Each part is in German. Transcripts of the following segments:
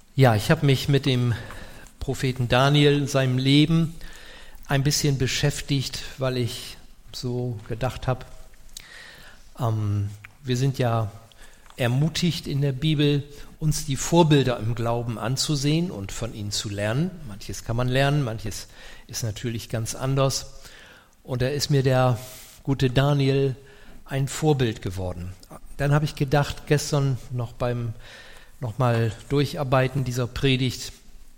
Ja, ich habe mich mit dem Propheten Daniel, seinem Leben ein bisschen beschäftigt, weil ich so gedacht habe, wir sind ja ermutigt in der Bibel, uns die Vorbilder im Glauben anzusehen und von ihnen zu lernen. Manches kann man lernen, manches ist natürlich ganz anders. Und da ist mir der gute Daniel ein Vorbild geworden. Dann habe ich gedacht, gestern noch beim nochmal Durcharbeiten dieser Predigt,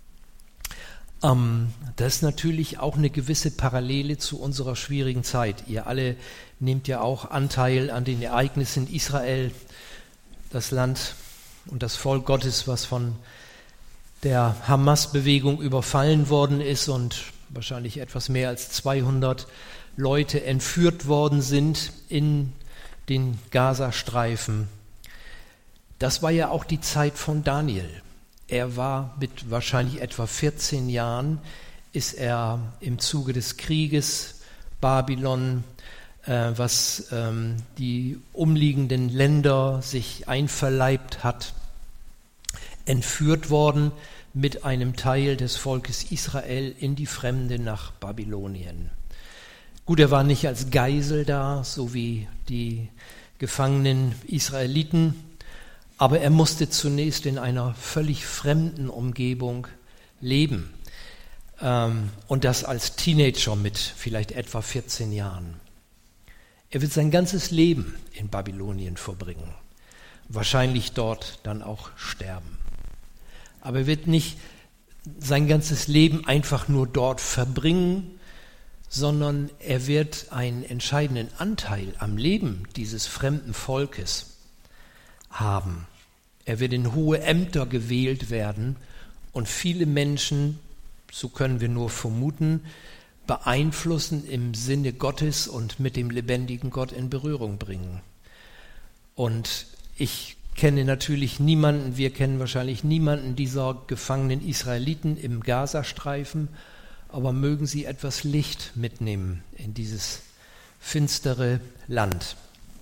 das ist natürlich auch eine gewisse Parallele zu unserer schwierigen Zeit. Ihr alle nehmt ja auch Anteil an den Ereignissen in Israel, das Land und das Volk Gottes, was von der Hamas-Bewegung überfallen worden ist und wahrscheinlich etwas mehr als 200 Leute entführt worden sind in den Gazastreifen. Das war ja auch die Zeit von Daniel. Er war mit wahrscheinlich etwa 14 Jahren, ist er im Zuge des Krieges Babylon, was die umliegenden Länder sich einverleibt hat, entführt worden mit einem Teil des Volkes Israel in die Fremde nach Babylonien. Gut, er war nicht als Geisel da, so wie die gefangenen Israeliten, aber er musste zunächst in einer völlig fremden Umgebung leben. Und das als Teenager mit vielleicht etwa 14 Jahren. Er wird sein ganzes Leben in Babylonien verbringen. Wahrscheinlich dort dann auch sterben. Aber er wird nicht sein ganzes Leben einfach nur dort verbringen, sondern er wird einen entscheidenden Anteil am Leben dieses fremden Volkes haben. Er wird in hohe Ämter gewählt werden und viele Menschen, so können wir nur vermuten, beeinflussen im Sinne Gottes und mit dem lebendigen Gott in Berührung bringen. Und ich kenne natürlich niemanden, wir kennen wahrscheinlich niemanden dieser gefangenen Israeliten im Gazastreifen, aber mögen sie etwas Licht mitnehmen in dieses finstere Land.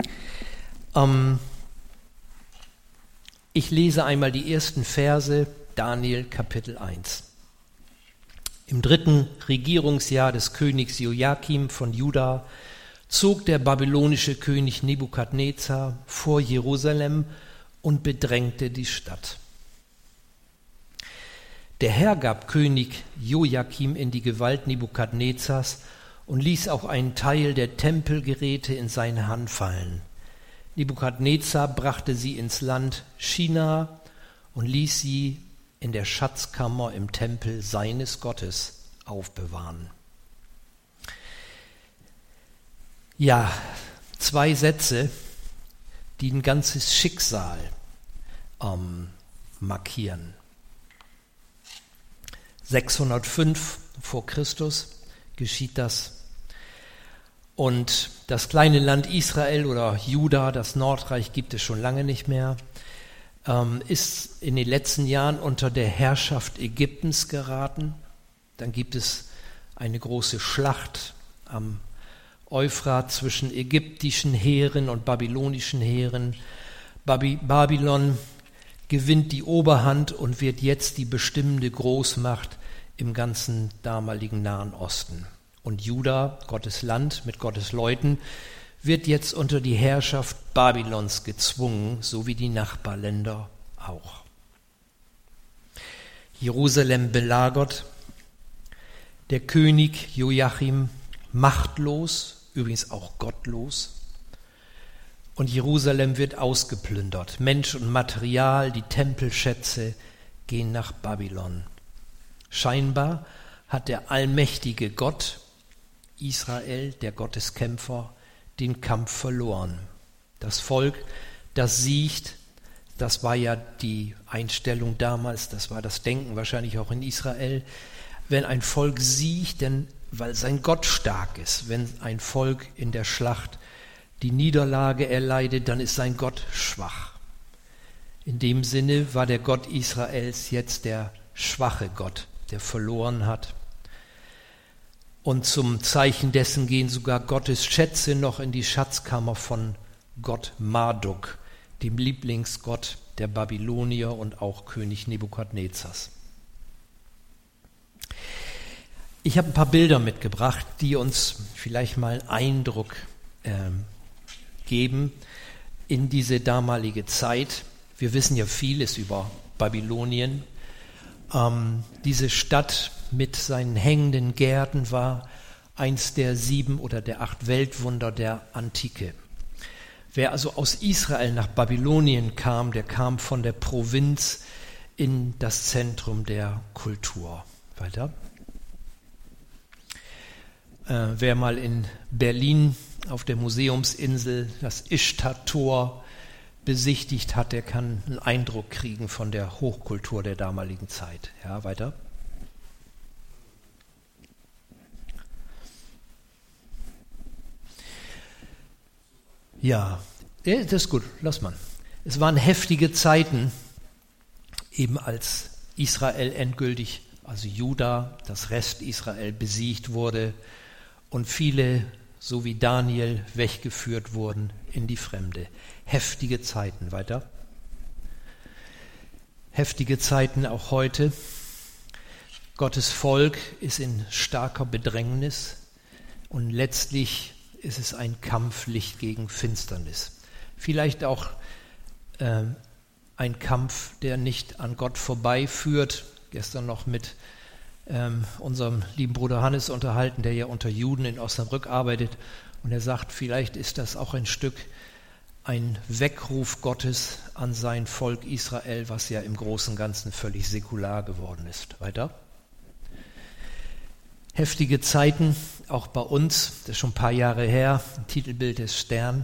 Ich lese einmal die ersten Verse, Daniel Kapitel 1. Im 3. Regierungsjahr des Königs Joachim von Juda zog der babylonische König Nebukadnezar vor Jerusalem und bedrängte die Stadt. Der Herr gab König Joachim in die Gewalt Nebukadnezars und ließ auch einen Teil der Tempelgeräte in seine Hand fallen. Nebukadnezar brachte sie ins Land China und ließ sie in der Schatzkammer im Tempel seines Gottes aufbewahren. Ja, 2 Sätze, die ein ganzes Schicksal markieren. 605 vor Christus geschieht das. Und das kleine Land Israel oder Juda, das Nordreich, gibt es schon lange nicht mehr, ist in den letzten Jahren unter der Herrschaft Ägyptens geraten. Dann gibt es eine große Schlacht am Euphrat zwischen ägyptischen Heeren und babylonischen Heeren. Babylon gewinnt die Oberhand und wird jetzt die bestimmende Großmacht im ganzen damaligen Nahen Osten. Und Juda, Gottes Land mit Gottes Leuten, wird jetzt unter die Herrschaft Babylons gezwungen, so wie die Nachbarländer auch. Jerusalem belagert, der König Joachim machtlos, übrigens auch gottlos, und Jerusalem wird ausgeplündert. Mensch und Material, die Tempelschätze gehen nach Babylon. Scheinbar hat der allmächtige Gott, Israel, der Gotteskämpfer, den Kampf verloren. Das Volk, das siegt, das war ja die Einstellung damals, das war das Denken wahrscheinlich auch in Israel. Wenn ein Volk siegt, denn weil sein Gott stark ist, wenn ein Volk in der Schlacht die Niederlage erleidet, dann ist sein Gott schwach. In dem Sinne war der Gott Israels jetzt der schwache Gott, der verloren hat. Und zum Zeichen dessen gehen sogar Gottes Schätze noch in die Schatzkammer von Gott Marduk, dem Lieblingsgott der Babylonier und auch König Nebukadnezars. Ich habe ein paar Bilder mitgebracht, die uns vielleicht mal Eindruck geben in diese damalige Zeit. Wir wissen ja vieles über Babylonien. Diese Stadt mit seinen hängenden Gärten war eins der 7 oder der 8 Weltwunder der Antike. Wer also aus Israel nach Babylonien kam, der kam von der Provinz in das Zentrum der Kultur. Weiter. Wer mal in Berlin auf der Museumsinsel das Ischtar-Tor besichtigt hat, der kann einen Eindruck kriegen von der Hochkultur der damaligen Zeit. Ja, weiter. Ja, das ist gut, lass mal. Es waren heftige Zeiten, eben als Israel endgültig, also Juda, das Rest Israel besiegt wurde und viele, so wie Daniel, weggeführt wurden in die Fremde. Heftige Zeiten, weiter. Heftige Zeiten auch heute. Gottes Volk ist in starker Bedrängnis und letztlich ist es ein Kampf Licht gegen Finsternis. Vielleicht auch ein Kampf, der nicht an Gott vorbeiführt. Gestern noch mit unserem lieben Bruder Hannes unterhalten, der ja unter Juden in Osnabrück arbeitet. Und er sagt, vielleicht ist das auch ein Stück ein Weckruf Gottes an sein Volk Israel, was ja im Großen und Ganzen völlig säkular geworden ist. Weiter. Heftige Zeiten, auch bei uns, das ist schon ein paar Jahre her, ein Titelbild des Stern.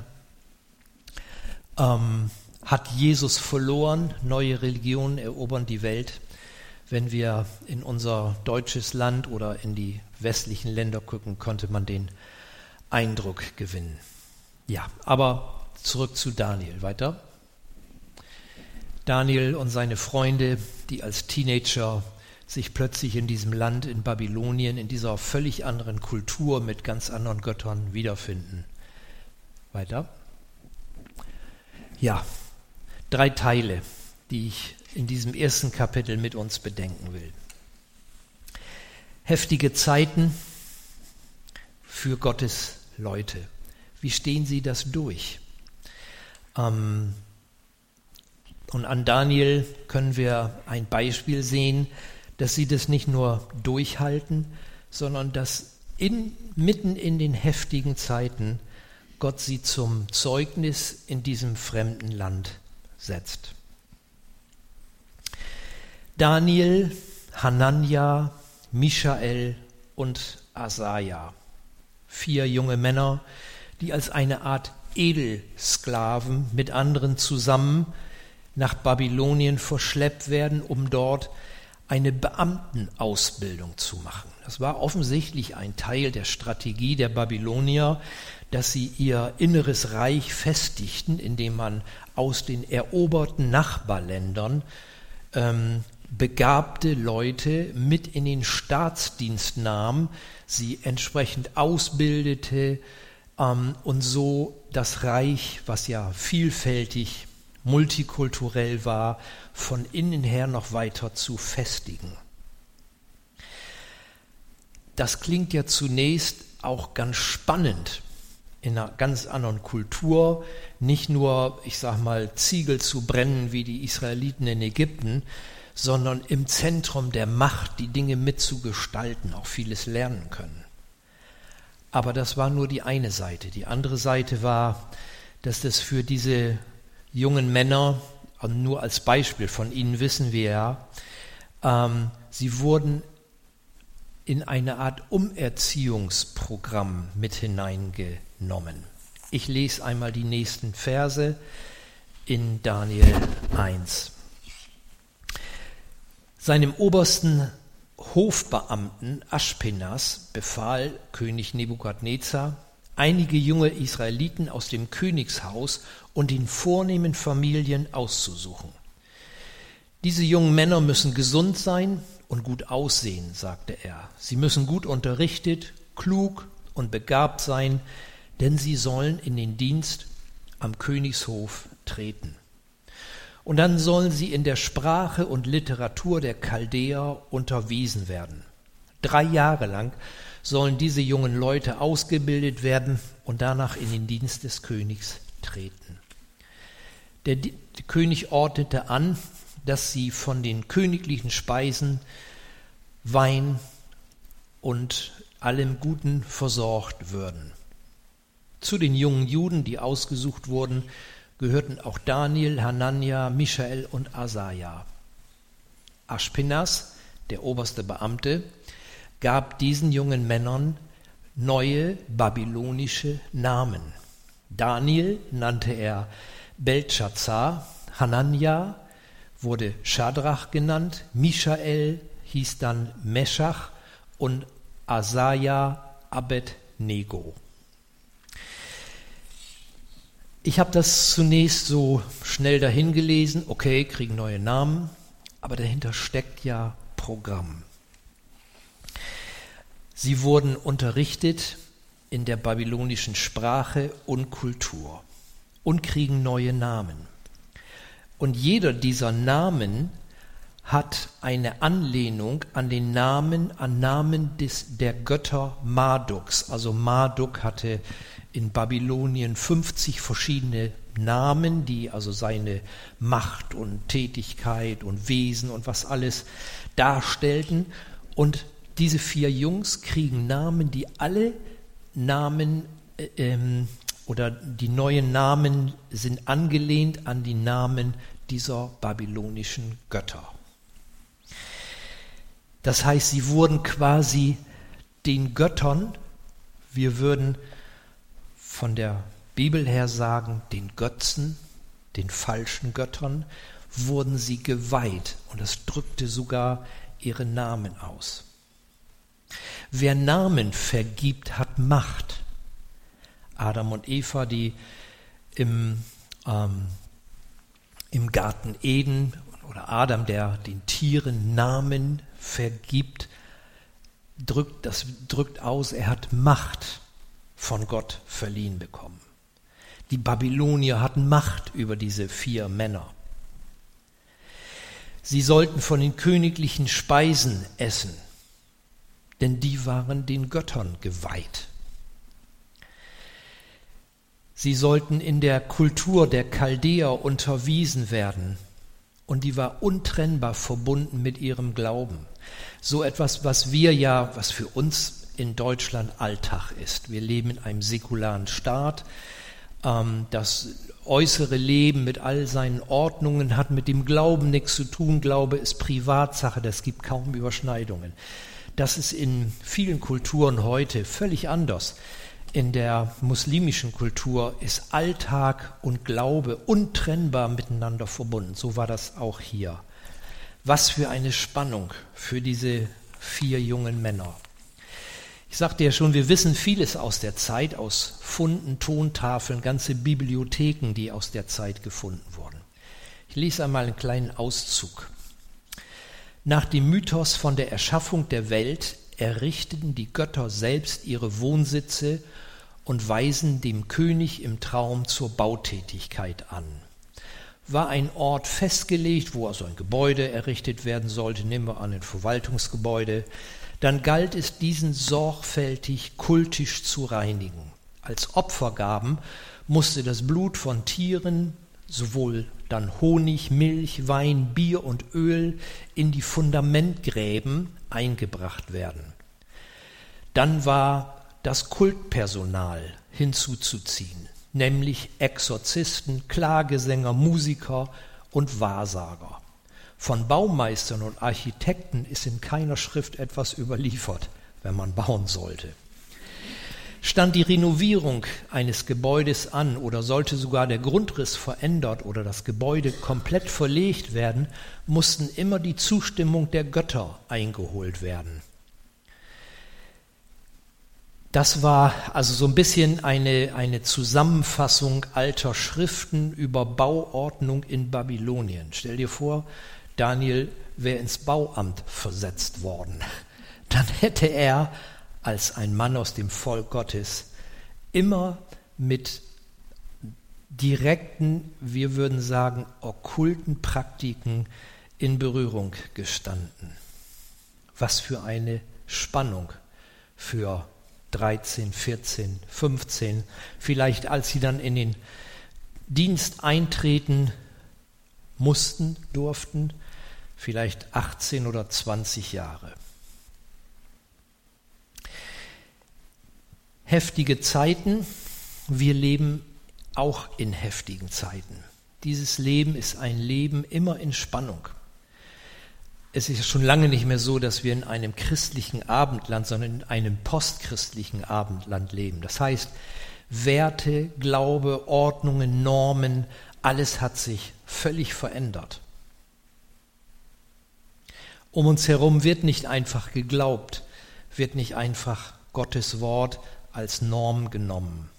Hat Jesus verloren, neue Religionen erobern die Welt. Wenn wir in unser deutsches Land oder in die westlichen Länder gucken, konnte man den Eindruck gewinnen. Ja, aber zurück zu Daniel, weiter. Daniel und seine Freunde, die als Teenager sich plötzlich in diesem Land, in Babylonien, in dieser völlig anderen Kultur mit ganz anderen Göttern wiederfinden. Weiter. Ja, 3 Teile, die ich in diesem ersten Kapitel mit uns bedenken will. Heftige Zeiten für Gottes Leute. Wie stehen sie das durch? Und an Daniel können wir ein Beispiel sehen, dass sie das nicht nur durchhalten, sondern dass mitten in den heftigen Zeiten Gott sie zum Zeugnis in diesem fremden Land setzt. Daniel, Hanania, Michael und Asaja, 4 junge Männer, die als eine Art Edelsklaven mit anderen zusammen nach Babylonien verschleppt werden, um dort eine Beamtenausbildung zu machen. Das war offensichtlich ein Teil der Strategie der Babylonier, dass sie ihr inneres Reich festigten, indem man aus den eroberten Nachbarländern begabte Leute mit in den Staatsdienst nahm, sie entsprechend ausbildete und so das Reich, was ja vielfältig, multikulturell war, von innen her noch weiter zu festigen. Das klingt ja zunächst auch ganz spannend, in einer ganz anderen Kultur, nicht nur, ich sag mal, Ziegel zu brennen wie die Israeliten in Ägypten, sondern im Zentrum der Macht die Dinge mitzugestalten, auch vieles lernen können. Aber das war nur die eine Seite. Die andere Seite war, dass das für diese jungen Männer, und nur als Beispiel, von ihnen wissen wir ja, sie wurden in eine Art Umerziehungsprogramm mit hineingenommen. Ich lese einmal die nächsten Verse in Daniel 1. Seinem obersten Hofbeamten Aschpenas befahl König Nebukadnezar, einige junge Israeliten aus dem Königshaus und den vornehmen Familien auszusuchen. Diese jungen Männer müssen gesund sein und gut aussehen, sagte er. Sie müssen gut unterrichtet, klug und begabt sein, denn sie sollen in den Dienst am Königshof treten. Und dann sollen sie in der Sprache und Literatur der Chaldäer unterwiesen werden. 3 Jahre lang sollen diese jungen Leute ausgebildet werden und danach in den Dienst des Königs treten. Der König ordnete an, dass sie von den königlichen Speisen, Wein und allem Guten versorgt würden. Zu den jungen Juden, die ausgesucht wurden, gehörten auch Daniel, Hanania, Michael und Asaja. Aschpenas, der oberste Beamte, gab diesen jungen Männern neue babylonische Namen. Daniel nannte er Beltschazar, Hanania wurde Schadrach genannt, Michael hieß dann Meschach und Asaja Abednego. Ich habe das zunächst so schnell dahin gelesen, okay, kriegen neue Namen, aber dahinter steckt ja Programm. Sie wurden unterrichtet in der babylonischen Sprache und Kultur und kriegen neue Namen. Und jeder dieser Namen hat eine Anlehnung an den Namen der Götter Marduks. Also Marduk hatte in Babylonien 50 verschiedene Namen, die also seine Macht und Tätigkeit und Wesen und was alles darstellten. Und diese 4 Jungs kriegen Namen, die alle Namen oder die neuen Namen sind angelehnt an die Namen dieser babylonischen Götter. Das heißt, sie wurden quasi den Göttern, wir würden von der Bibel her sagen, den Götzen, den falschen Göttern, wurden sie geweiht und das drückte sogar ihre Namen aus. Wer Namen vergibt, hat Macht. Adam und Eva, die im Garten Eden, oder Adam, der den Tieren Namen vergibt, drückt aus, er hat Macht von Gott verliehen bekommen. Die Babylonier hatten Macht über diese 4 Männer. Sie sollten von den königlichen Speisen essen, denn die waren den Göttern geweiht. Sie sollten in der Kultur der Chaldäer unterwiesen werden und die war untrennbar verbunden mit ihrem Glauben. So etwas, was für uns in Deutschland Alltag ist. Wir leben in einem säkularen Staat. Das äußere Leben mit all seinen Ordnungen hat mit dem Glauben nichts zu tun. Glaube ist Privatsache, das gibt kaum Überschneidungen. Das ist in vielen Kulturen heute völlig anders. In der muslimischen Kultur ist Alltag und Glaube untrennbar miteinander verbunden. So war das auch hier. Was für eine Spannung für diese 4 jungen Männer. Ich sagte ja schon, wir wissen vieles aus der Zeit, aus Funden, Tontafeln, ganze Bibliotheken, die aus der Zeit gefunden wurden. Ich lese einmal einen kleinen Auszug. Nach dem Mythos von der Erschaffung der Welt errichteten die Götter selbst ihre Wohnsitze und weisen dem König im Traum zur Bautätigkeit an. War ein Ort festgelegt, wo also ein Gebäude errichtet werden sollte, nehmen wir an ein Verwaltungsgebäude, dann galt es, diesen sorgfältig kultisch zu reinigen. Als Opfergaben musste das Blut von Tieren, sowohl dann Honig, Milch, Wein, Bier und Öl in die Fundamentgräben eingebracht werden. Dann war das Kultpersonal hinzuzuziehen, nämlich Exorzisten, Klagesänger, Musiker und Wahrsager. Von Baumeistern und Architekten ist in keiner Schrift etwas überliefert, wenn man bauen sollte. Stand die Renovierung eines Gebäudes an oder sollte sogar der Grundriss verändert oder das Gebäude komplett verlegt werden, mussten immer die Zustimmung der Götter eingeholt werden. Das war also so ein bisschen eine Zusammenfassung alter Schriften über Bauordnung in Babylonien. Stell dir vor, Daniel wäre ins Bauamt versetzt worden. Dann hätte er als ein Mann aus dem Volk Gottes immer mit direkten, wir würden sagen, okkulten Praktiken in Berührung gestanden. Was für eine Spannung für 13, 14, 15, vielleicht als sie dann in den Dienst eintreten durften, vielleicht 18 oder 20 Jahre. Heftige Zeiten, wir leben auch in heftigen Zeiten. Dieses Leben ist ein Leben immer in Spannung. Es ist schon lange nicht mehr so, dass wir in einem christlichen Abendland, sondern in einem postchristlichen Abendland leben. Das heißt, Werte, Glaube, Ordnungen, Normen, alles hat sich völlig verändert. Um uns herum wird nicht einfach geglaubt, wird nicht einfach Gottes Wort als Norm genommen.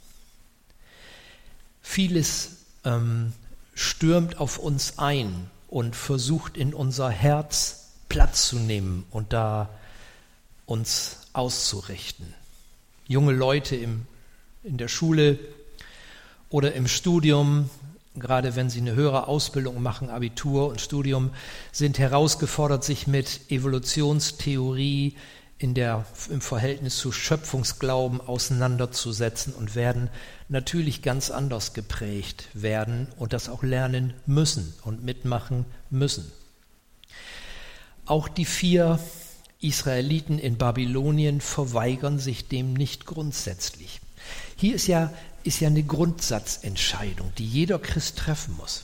Vieles stürmt auf uns ein und versucht in unser Herz Platz zu nehmen und da uns auszurichten. Junge Leute in der Schule oder im Studium, gerade wenn sie eine höhere Ausbildung machen, Abitur und Studium, sind herausgefordert, sich mit Evolutionstheorie im Verhältnis zu Schöpfungsglauben auseinanderzusetzen und werden natürlich ganz anders geprägt werden und das auch lernen müssen und mitmachen müssen. Auch die 4 Israeliten in Babylonien verweigern sich dem nicht grundsätzlich. Hier ist ja eine Grundsatzentscheidung, die jeder Christ treffen muss.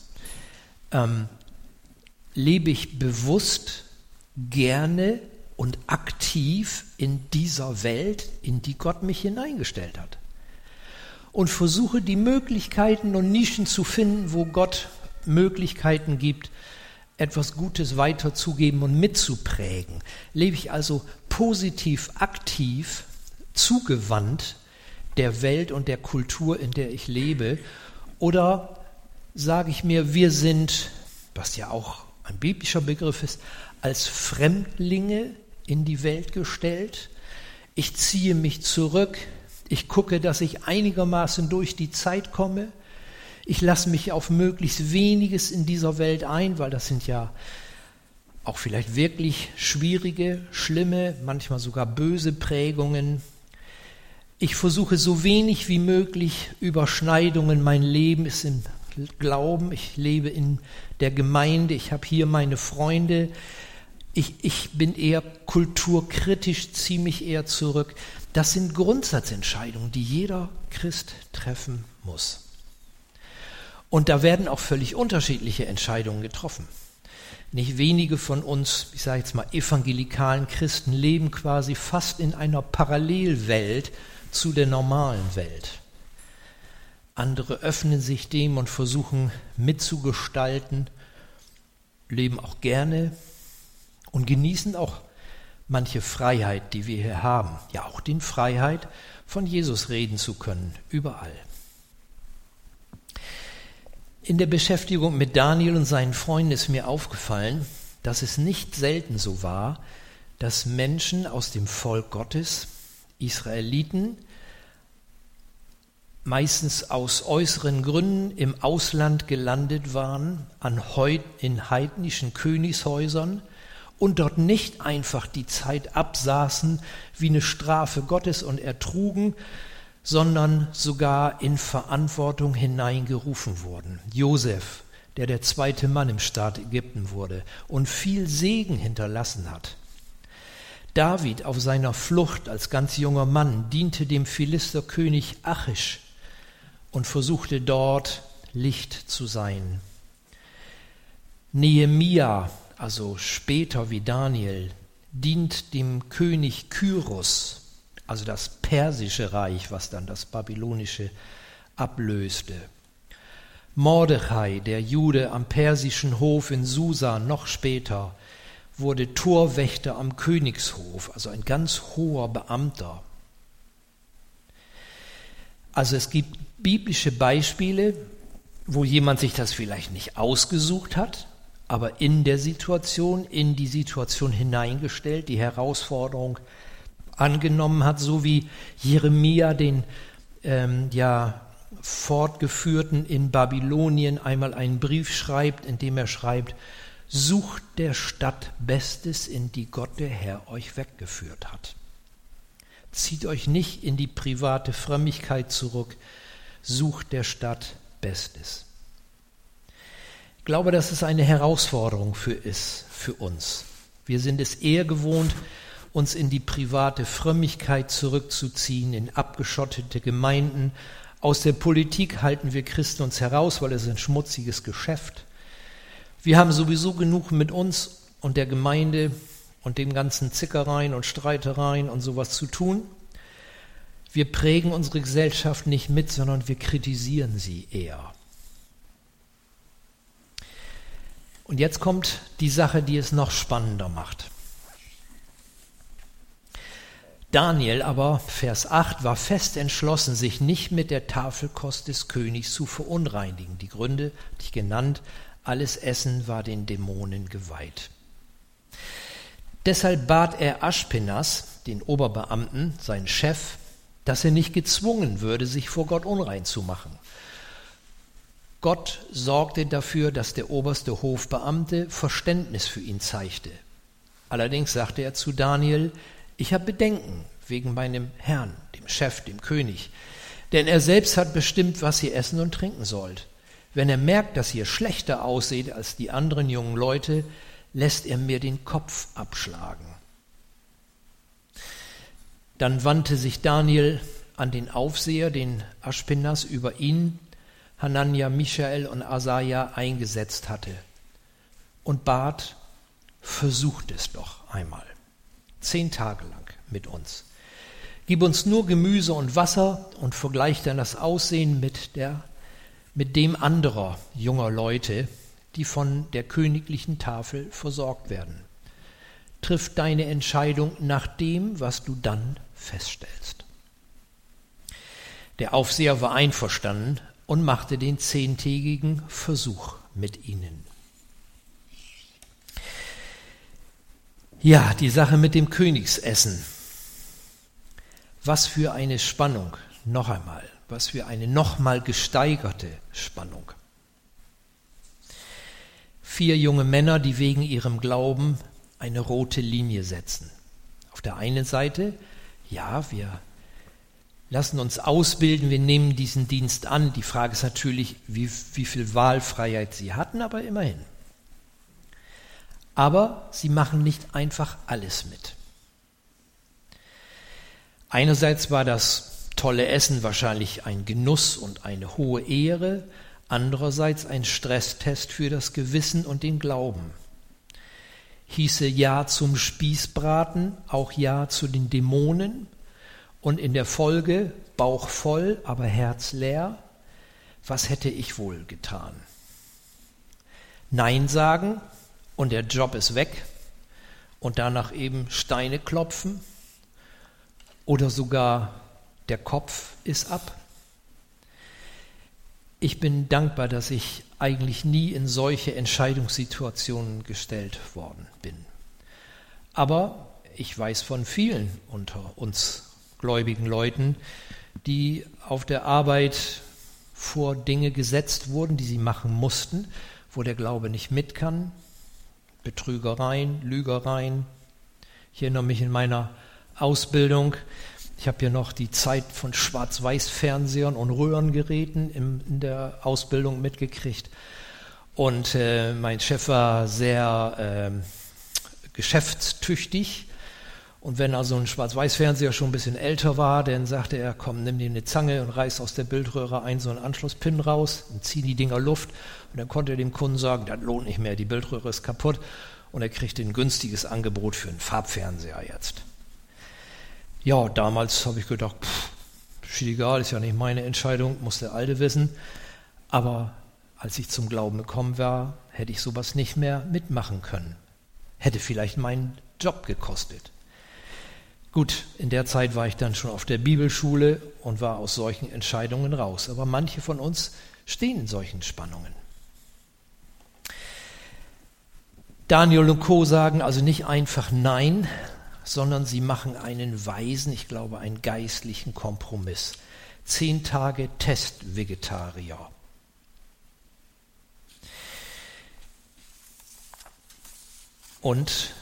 Lebe ich bewusst, gerne und aktiv in dieser Welt, in die Gott mich hineingestellt hat? Und versuche die Möglichkeiten und Nischen zu finden, wo Gott Möglichkeiten gibt, etwas Gutes weiterzugeben und mitzuprägen. Lebe ich also positiv, aktiv, zugewandt der Welt und der Kultur, in der ich lebe? Oder sage ich mir, wir sind, was ja auch ein biblischer Begriff ist, als Fremdlinge in die Welt gestellt. Ich ziehe mich zurück. Ich gucke, dass ich einigermaßen durch die Zeit komme. Ich lasse mich auf möglichst weniges in dieser Welt ein, weil das sind ja auch vielleicht wirklich schwierige, schlimme, manchmal sogar böse Prägungen. Ich versuche so wenig wie möglich Überschneidungen. Mein Leben ist im Glauben. Ich lebe in der Gemeinde. Ich habe hier meine Freunde. Ich bin eher kulturkritisch, ziehe mich eher zurück. Das sind Grundsatzentscheidungen, die jeder Christ treffen muss. Und da werden auch völlig unterschiedliche Entscheidungen getroffen. Nicht wenige von uns, ich sage jetzt mal evangelikalen Christen, leben quasi fast in einer Parallelwelt zu der normalen Welt. Andere öffnen sich dem und versuchen mitzugestalten, leben auch gerne und genießen auch manche Freiheit, die wir hier haben. Ja, auch die Freiheit, von Jesus reden zu können, überall. In der Beschäftigung mit Daniel und seinen Freunden ist mir aufgefallen, dass es nicht selten so war, dass Menschen aus dem Volk Gottes, Israeliten, meistens aus äußeren Gründen im Ausland gelandet waren, in heidnischen Königshäusern und dort nicht einfach die Zeit absaßen wie eine Strafe Gottes und ertrugen, sondern sogar in Verantwortung hineingerufen wurden. Josef, der 2. Mann im Staat Ägypten wurde und viel Segen hinterlassen hat. David auf seiner Flucht als ganz junger Mann diente dem Philisterkönig Achish und versuchte dort Licht zu sein. Nehemia, also später wie Daniel, dient dem König Kyros, also das persische Reich, was dann das babylonische ablöste. Mordechai, der Jude am persischen Hof in Susa, noch später, wurde Torwächter am Königshof, also ein ganz hoher Beamter. Also es gibt biblische Beispiele, wo jemand sich das vielleicht nicht ausgesucht hat, aber in die Situation hineingestellt, die Herausforderung angenommen hat, so wie Jeremia den Fortgeführten in Babylonien einmal einen Brief schreibt, in dem er schreibt: Sucht der Stadt Bestes, in die Gott der Herr euch weggeführt hat. Zieht euch nicht in die private Frömmigkeit zurück, sucht der Stadt Bestes. Ich glaube, dass es eine Herausforderung für uns. Wir sind es eher gewohnt, uns in die private Frömmigkeit zurückzuziehen, in abgeschottete Gemeinden. Aus der Politik halten wir Christen uns heraus, weil es ein schmutziges Geschäft. Wir haben sowieso genug mit uns und der Gemeinde und dem ganzen Zickereien und Streitereien und sowas zu tun. Wir prägen unsere Gesellschaft nicht mit, sondern wir kritisieren sie eher. Und jetzt kommt die Sache, die es noch spannender macht. Daniel aber, Vers 8, war fest entschlossen, sich nicht mit der Tafelkost des Königs zu verunreinigen. Die Gründe, die ich genannt, alles Essen war den Dämonen geweiht. Deshalb bat er Aschpenas, den Oberbeamten, seinen Chef, dass er nicht gezwungen würde, sich vor Gott unrein zu machen. Gott sorgte dafür, dass der oberste Hofbeamte Verständnis für ihn zeigte. Allerdings sagte er zu Daniel: Ich habe Bedenken wegen meinem Herrn, dem Chef, dem König, denn er selbst hat bestimmt, was ihr essen und trinken sollt. Wenn er merkt, dass ihr schlechter ausseht als die anderen jungen Leute, lässt er mir den Kopf abschlagen. Dann wandte sich Daniel an den Aufseher, den Aschpenas, über ihn, Hanania, Michael und Asaja eingesetzt hatte, und bat: Versucht es doch einmal, 10 Tage lang mit uns. Gib uns nur Gemüse und Wasser und vergleich dann das Aussehen mit dem anderer junger Leute, die von der königlichen Tafel versorgt werden. Triff deine Entscheidung nach dem, was du dann feststellst. Der Aufseher war einverstanden und machte den 10-tägigen Versuch mit ihnen. Ja, die Sache mit dem Königsessen. Was für eine Spannung, noch einmal, was für eine nochmal gesteigerte Spannung. 4 junge Männer, die wegen ihrem Glauben eine rote Linie setzen. Auf der einen Seite, ja, wir lassen uns ausbilden, wir nehmen diesen Dienst an. Die Frage ist natürlich, wie viel Wahlfreiheit sie hatten, aber immerhin. Aber sie machen nicht einfach alles mit. Einerseits war das tolle Essen wahrscheinlich ein Genuss und eine hohe Ehre, andererseits ein Stresstest für das Gewissen und den Glauben. Hieße Ja zum Spießbraten, auch Ja zu den Dämonen und in der Folge Bauch voll, aber Herz leer. Was hätte ich wohl getan? Nein sagen und der Job ist weg und danach eben Steine klopfen oder sogar der Kopf ist ab. Ich bin dankbar, dass ich eigentlich nie in solche Entscheidungssituationen gestellt worden bin. Aber ich weiß von vielen unter uns gläubigen Leuten, die auf der Arbeit vor Dinge gesetzt wurden, die sie machen mussten, wo der Glaube nicht mit kann. Betrügereien, Lügereien. Ich erinnere mich in meiner Ausbildung, ich habe ja noch die Zeit von Schwarz-Weiß-Fernsehern und Röhrengeräten in der Ausbildung mitgekriegt. Und mein Chef war sehr geschäftstüchtig. Und wenn also ein Schwarz-Weiß-Fernseher schon ein bisschen älter war, dann sagte er: Komm, nimm dir eine Zange und reiß aus der Bildröhre so einen Anschlusspin raus und zieh die Dinger Luft. Und dann konnte er dem Kunden sagen: Das lohnt nicht mehr, die Bildröhre ist kaputt. Und er kriegte ein günstiges Angebot für einen Farbfernseher jetzt. Ja, damals habe ich gedacht, ist egal, ist ja nicht meine Entscheidung, muss der Alte wissen. Aber als ich zum Glauben gekommen war, hätte ich sowas nicht mehr mitmachen können. Hätte vielleicht meinen Job gekostet. Gut, in der Zeit war ich dann schon auf der Bibelschule und war aus solchen Entscheidungen raus. Aber manche von uns stehen in solchen Spannungen. Daniel und Co. sagen also nicht einfach Nein, sondern sie machen einen weisen, ich glaube einen geistlichen Kompromiss. 10 Tage Test-Vegetarier. Und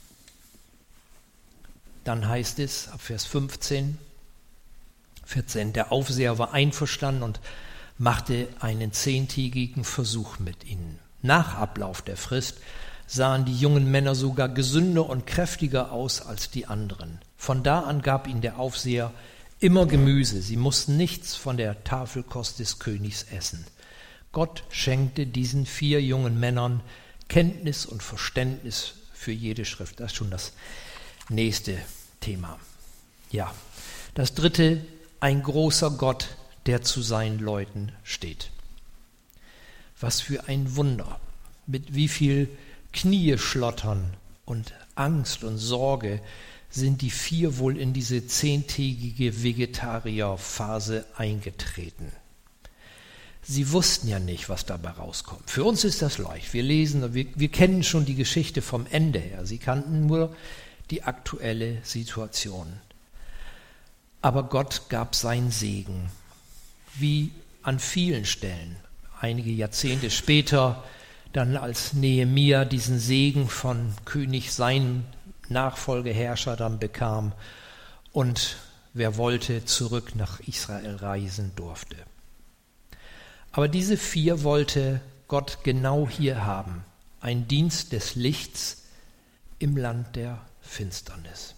dann heißt es ab Vers 14, der Aufseher war einverstanden und machte einen 10-tägigen Versuch mit ihnen. Nach Ablauf der Frist sahen die jungen Männer sogar gesünder und kräftiger aus als die anderen. Von da an gab ihnen der Aufseher immer Gemüse. Sie mussten nichts von der Tafelkost des Königs essen. Gott schenkte diesen 4 jungen Männern Kenntnis und Verständnis für jede Schrift. Das ist schon das nächste Thema. Ja, das dritte, ein großer Gott, der zu seinen Leuten steht. Was für ein Wunder, mit wie viel Knieschlottern und Angst und Sorge sind die 4 wohl in diese 10-tägige Vegetarierphase eingetreten. Sie wussten ja nicht, was dabei rauskommt. Für uns ist das leicht. Wir lesen, wir kennen schon die Geschichte vom Ende her. Sie kannten nur die aktuelle Situation. Aber Gott gab seinen Segen, wie an vielen Stellen. Einige Jahrzehnte später, dann als Nehemia diesen Segen von König, seinen Nachfolgeherrscher dann bekam und wer wollte, zurück nach Israel reisen durfte. Aber diese 4 wollte Gott genau hier haben, ein Dienst des Lichts im Land der Finsternis.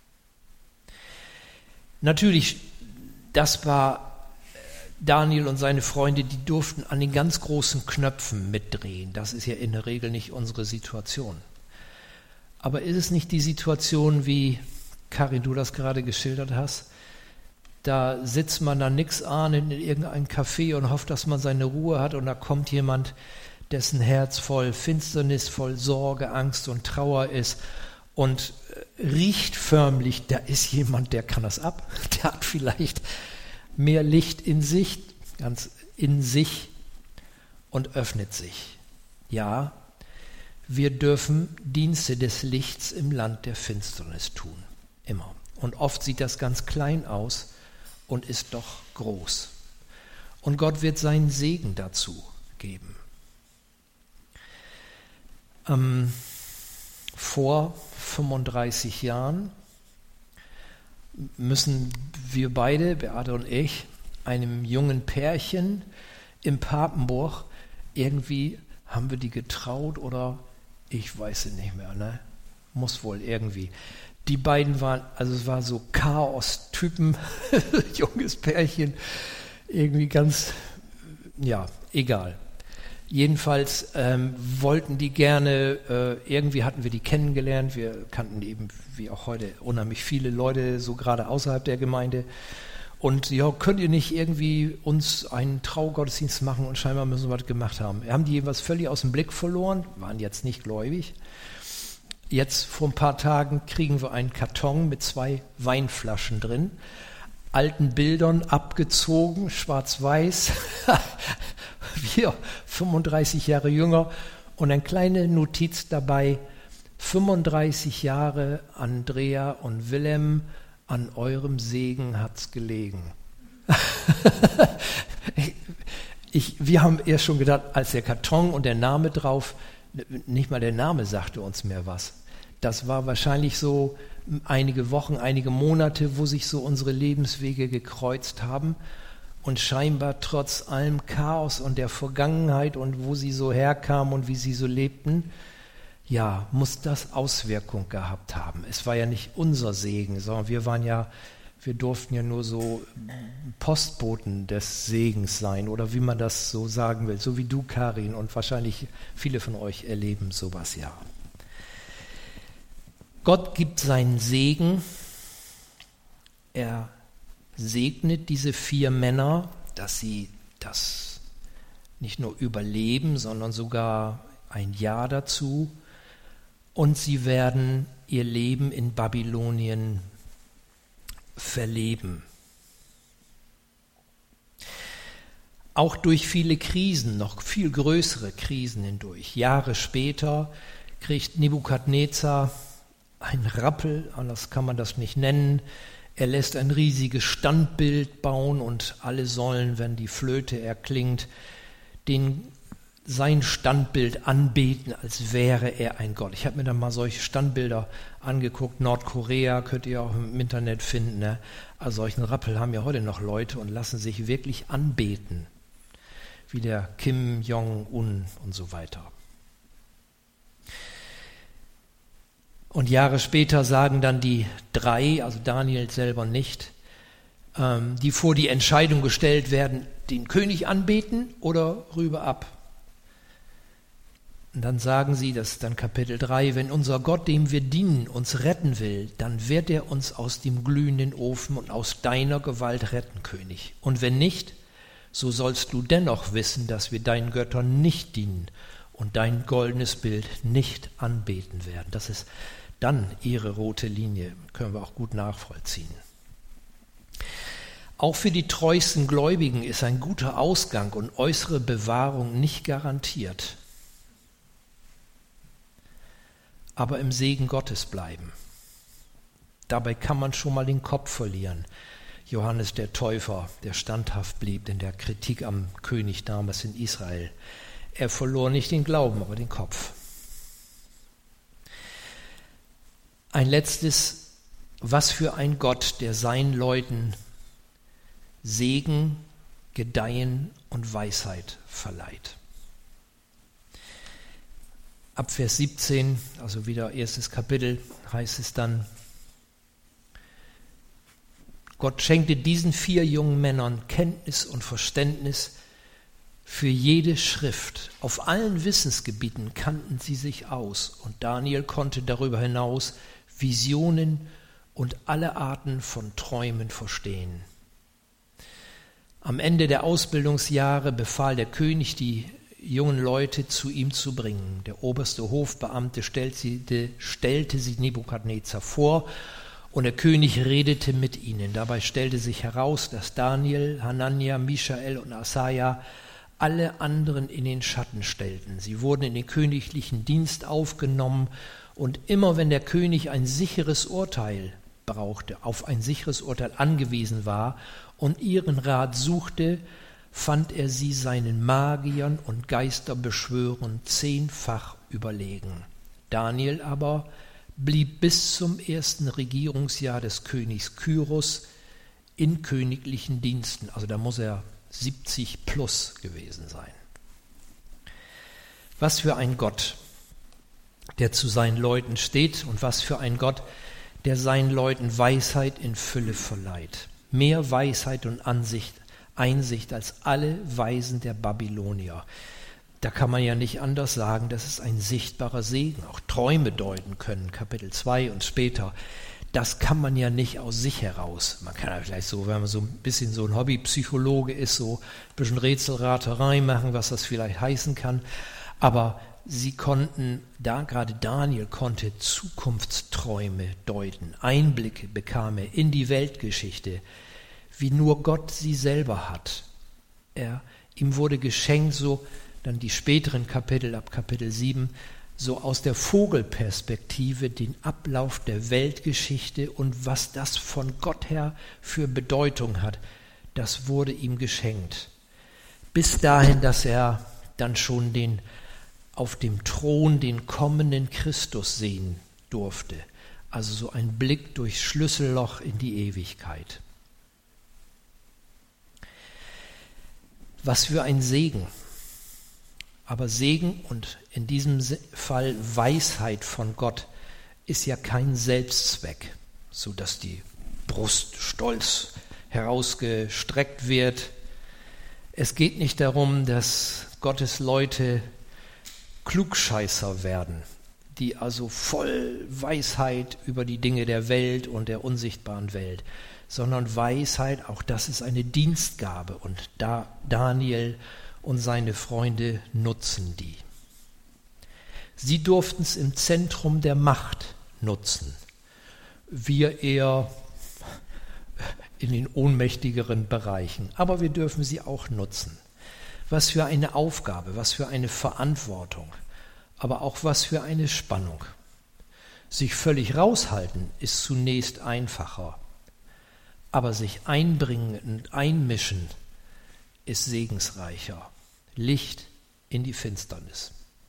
Natürlich, das war Daniel und seine Freunde, die durften an den ganz großen Knöpfen mitdrehen. Das ist ja in der Regel nicht unsere Situation. Aber ist es nicht die Situation, wie Karin, du das gerade geschildert hast? Da sitzt man dann nix ahnend in irgendeinem Café und hofft, dass man seine Ruhe hat und da kommt jemand, dessen Herz voll Finsternis, voll Sorge, Angst und Trauer ist und riecht förmlich, da ist jemand, der kann das ab. Der hat vielleicht mehr Licht in sich, ganz in sich und öffnet sich. Ja, wir dürfen Dienste des Lichts im Land der Finsternis tun, immer. Und oft sieht das ganz klein aus und ist doch groß. Und Gott wird seinen Segen dazu geben. Vor 35 Jahren müssen wir beide, Beate und ich, einem jungen Pärchen in Papenburg, irgendwie haben wir die getraut oder ich weiß es nicht mehr, ne? Muss wohl irgendwie. Die beiden waren, also es war so Chaos-Typen, junges Pärchen, irgendwie ganz, ja, egal. Jedenfalls wollten die gerne, irgendwie hatten wir die kennengelernt, wir kannten eben, wie auch heute, unheimlich viele Leute, so gerade außerhalb der Gemeinde. Und ja, könnt ihr nicht irgendwie uns einen Traugottesdienst machen? Und scheinbar müssen wir was gemacht haben. Haben die jeweils völlig aus dem Blick verloren, waren jetzt nicht gläubig. Jetzt vor ein paar Tagen kriegen wir einen Karton mit 2 Weinflaschen drin, alten Bildern abgezogen, schwarz-weiß, wir 35 Jahre jünger und eine kleine Notiz dabei, 35 Jahre Andrea und Willem, an eurem Segen hat's gelegen. Wir haben erst schon gedacht, als der Karton und der Name drauf, nicht mal der Name sagte uns mehr was. Das war wahrscheinlich so einige Wochen, einige Monate, wo sich so unsere Lebenswege gekreuzt haben und scheinbar trotz allem Chaos und der Vergangenheit und wo sie so herkamen und wie sie so lebten, ja, muss das Auswirkung gehabt haben. Es war ja nicht unser Segen, sondern wir durften ja nur so Postboten des Segens sein oder wie man das so sagen will, so wie du, Karin, und wahrscheinlich viele von euch erleben sowas ja. Gott gibt seinen Segen, er segnet diese 4 Männer, dass sie das nicht nur überleben, sondern sogar ein Jahr dazu und sie werden ihr Leben in Babylonien verleben. Auch durch viele Krisen, noch viel größere Krisen hindurch. Jahre später kriegt Nebukadnezar einen Rappel, anders kann man das nicht nennen, Er lässt ein riesiges Standbild bauen und alle sollen, wenn die Flöte erklingt, sein Standbild anbeten, als wäre er ein Gott. Ich habe mir dann mal solche Standbilder angeguckt. Nordkorea könnt ihr auch im Internet finden. Ne? Also solchen Rappel haben ja heute noch Leute und lassen sich wirklich anbeten. Wie der Kim Jong-un und so weiter. Und Jahre später sagen dann die drei, also Daniel selber nicht, die vor die Entscheidung gestellt werden, den König anbeten oder rüber ab. Und dann sagen sie, das ist dann Kapitel 3, wenn unser Gott, dem wir dienen, uns retten will, dann wird er uns aus dem glühenden Ofen und aus deiner Gewalt retten, König. Und wenn nicht, so sollst du dennoch wissen, dass wir deinen Göttern nicht dienen und dein goldenes Bild nicht anbeten werden. Das ist dann ihre rote Linie, können wir auch gut nachvollziehen. Auch für die treuesten Gläubigen ist ein guter Ausgang und äußere Bewahrung nicht garantiert. Aber im Segen Gottes bleiben. Dabei kann man schon mal den Kopf verlieren. Johannes der Täufer, der standhaft blieb in der Kritik am König damals in Israel. Er verlor nicht den Glauben, aber den Kopf. Ein letztes, was für ein Gott, der seinen Leuten Segen, Gedeihen und Weisheit verleiht. Ab Vers 17, also wieder erstes Kapitel, heißt es dann, Gott schenkte diesen 4 jungen Männern Kenntnis und Verständnis für jede Schrift. Auf allen Wissensgebieten kannten sie sich aus und Daniel konnte darüber hinaus Visionen und alle Arten von Träumen verstehen. Am Ende der Ausbildungsjahre befahl der König, die jungen Leute zu ihm zu bringen. Der oberste Hofbeamte stellte sie Nebukadnezar vor und der König redete mit ihnen. Dabei stellte sich heraus, dass Daniel, Hanania, Michael und Asaja alle anderen in den Schatten stellten. Sie wurden in den königlichen Dienst aufgenommen und immer wenn der König ein sicheres Urteil brauchte, auf ein sicheres Urteil angewiesen war und ihren Rat suchte, fand er sie seinen Magiern und Geisterbeschwörern 10-fach überlegen. Daniel aber blieb bis zum 1. Regierungsjahr des Königs Kyros in königlichen Diensten. Also da muss er 70 plus gewesen sein. Was für ein Gott, der zu seinen Leuten steht und was für ein Gott, der seinen Leuten Weisheit in Fülle verleiht. Mehr Weisheit und Einsicht als alle Weisen der Babylonier. Da kann man ja nicht anders sagen, dass es ein sichtbarer Segen, auch Träume deuten können, Kapitel 2 und später. Das kann man ja nicht aus sich heraus. Man kann ja vielleicht so, wenn man so ein bisschen so ein Hobbypsychologe ist, so ein bisschen Rätselraterei machen, was das vielleicht heißen kann. Aber sie konnten, gerade Daniel konnte Zukunftsträume deuten, Einblicke bekam er in die Weltgeschichte, wie nur Gott sie selber hat. Ihm wurde geschenkt, so dann die späteren Kapitel, ab Kapitel 7, so aus der Vogelperspektive den Ablauf der Weltgeschichte und was das von Gott her für Bedeutung hat, das wurde ihm geschenkt. Bis dahin, dass er dann schon auf dem Thron den kommenden Christus sehen durfte. Also so ein Blick durchs Schlüsselloch in die Ewigkeit. Was für ein Segen. Aber Segen und in diesem Fall Weisheit von Gott ist ja kein Selbstzweck, so dass die Brust stolz herausgestreckt wird. Es geht nicht darum, dass Gottes Leute Klugscheißer werden, die also voll Weisheit über die Dinge der Welt und der unsichtbaren Welt, sondern Weisheit, auch das ist eine Dienstgabe und Daniel und seine Freunde nutzen die. Sie durften es im Zentrum der Macht nutzen, wir eher in den ohnmächtigeren Bereichen, aber wir dürfen sie auch nutzen. Was für eine Aufgabe, was für eine Verantwortung, aber auch was für eine Spannung. Sich völlig raushalten ist zunächst einfacher, aber sich einbringen und einmischen ist segensreicher. Licht in die Finsternis.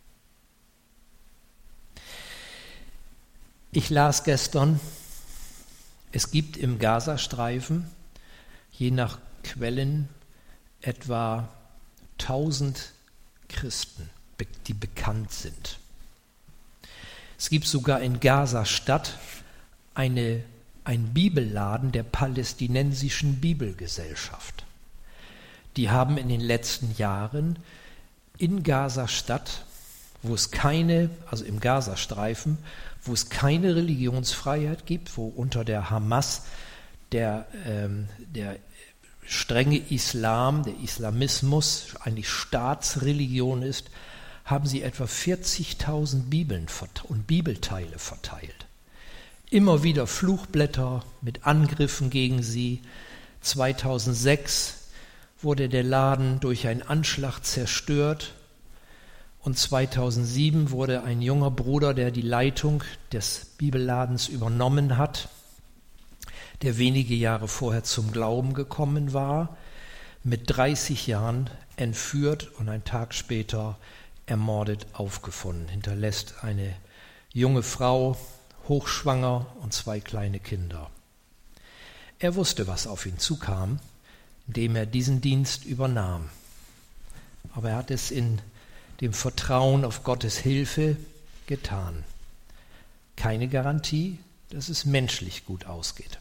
Ich las gestern, es gibt im Gazastreifen, je nach Quellen, etwa 1000 Christen, die bekannt sind. Es gibt sogar in Gaza-Stadt einen Bibelladen der palästinensischen Bibelgesellschaft. Die haben in den letzten Jahren in Gaza-Stadt, also im Gazastreifen, wo es keine Religionsfreiheit gibt, wo unter der Hamas der strenge Islam, der Islamismus eigentlich Staatsreligion ist, haben sie etwa 40.000 Bibeln und Bibelteile verteilt. Immer wieder Fluchblätter mit Angriffen gegen sie. 2006 wurde der Laden durch einen Anschlag zerstört und 2007 wurde ein junger Bruder, der die Leitung des Bibelladens übernommen hat, der wenige Jahre vorher zum Glauben gekommen war, mit 30 Jahren entführt und einen Tag später ermordet aufgefunden, hinterlässt eine junge Frau, hochschwanger und 2 kleine Kinder. Er wusste, was auf ihn zukam, indem er diesen Dienst übernahm. Aber er hat es in dem Vertrauen auf Gottes Hilfe getan. Keine Garantie, dass es menschlich gut ausgeht.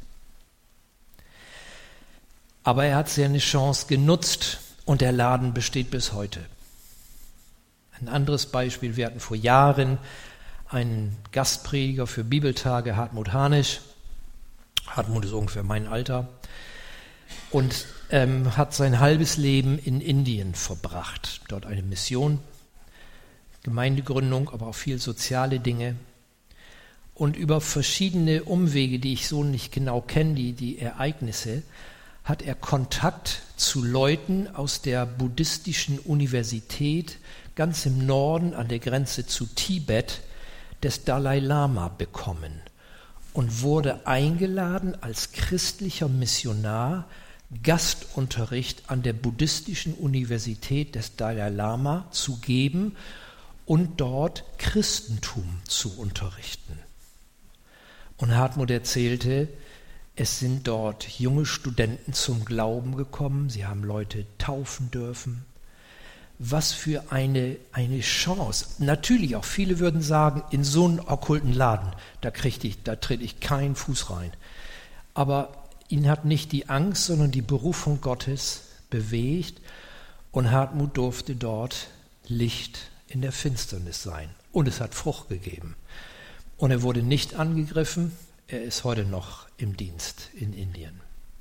Aber er hat seine Chance genutzt und der Laden besteht bis heute. Ein anderes Beispiel, wir hatten vor Jahren einen Gastprediger für Bibeltage, Hartmut Hanisch. Hartmut ist ungefähr mein Alter und hat sein halbes Leben in Indien verbracht. Dort eine Mission, Gemeindegründung, aber auch viel soziale Dinge. Und über verschiedene Umwege, die ich so nicht genau kenne, die Ereignisse, hat er Kontakt zu Leuten aus der buddhistischen Universität ganz im Norden an der Grenze zu Tibet des Dalai Lama bekommen und wurde eingeladen, als christlicher Missionar Gastunterricht an der buddhistischen Universität des Dalai Lama zu geben und dort Christentum zu unterrichten. Und Hartmut erzählte, es sind dort junge Studenten zum Glauben gekommen, sie haben Leute taufen dürfen. Was für eine Chance. Natürlich auch viele würden sagen, in so einen okkulten Laden, da trete ich keinen Fuß rein. Aber ihn hat nicht die Angst, sondern die Berufung Gottes bewegt und Hartmut durfte dort Licht in der Finsternis sein. Und es hat Frucht gegeben. Und er wurde nicht angegriffen, er ist heute noch im Dienst in Indien.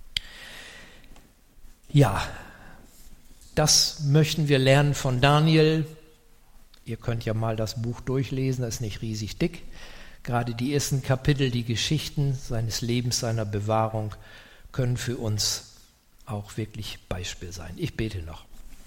Ja, das möchten wir lernen von Daniel. Ihr könnt ja mal das Buch durchlesen, das ist nicht riesig dick. Gerade die ersten Kapitel, die Geschichten seines Lebens, seiner Bewahrung, können für uns auch wirklich Beispiel sein. Ich bete noch.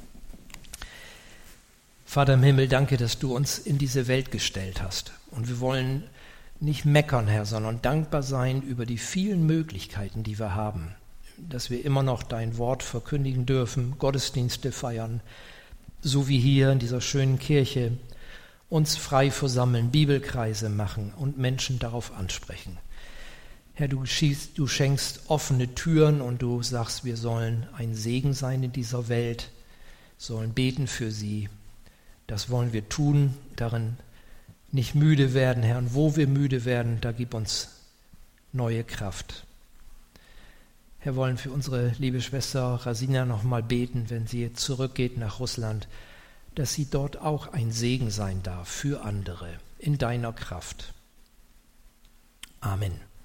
Vater im Himmel, danke, dass du uns in diese Welt gestellt hast. Und wir wollen nicht meckern, Herr, sondern dankbar sein über die vielen Möglichkeiten, die wir haben. Dass wir immer noch dein Wort verkündigen dürfen, Gottesdienste feiern, so wie hier in dieser schönen Kirche, uns frei versammeln, Bibelkreise machen und Menschen darauf ansprechen. Herr, du schenkst offene Türen und du sagst, wir sollen ein Segen sein in dieser Welt, sollen beten für sie. Das wollen wir tun, darin nicht müde werden, Herr. Und wo wir müde werden, da gib uns neue Kraft. Herr, wollen für unsere liebe Schwester Rasina nochmal beten, wenn sie zurückgeht nach Russland, dass sie dort auch ein Segen sein darf für andere, in deiner Kraft. Amen.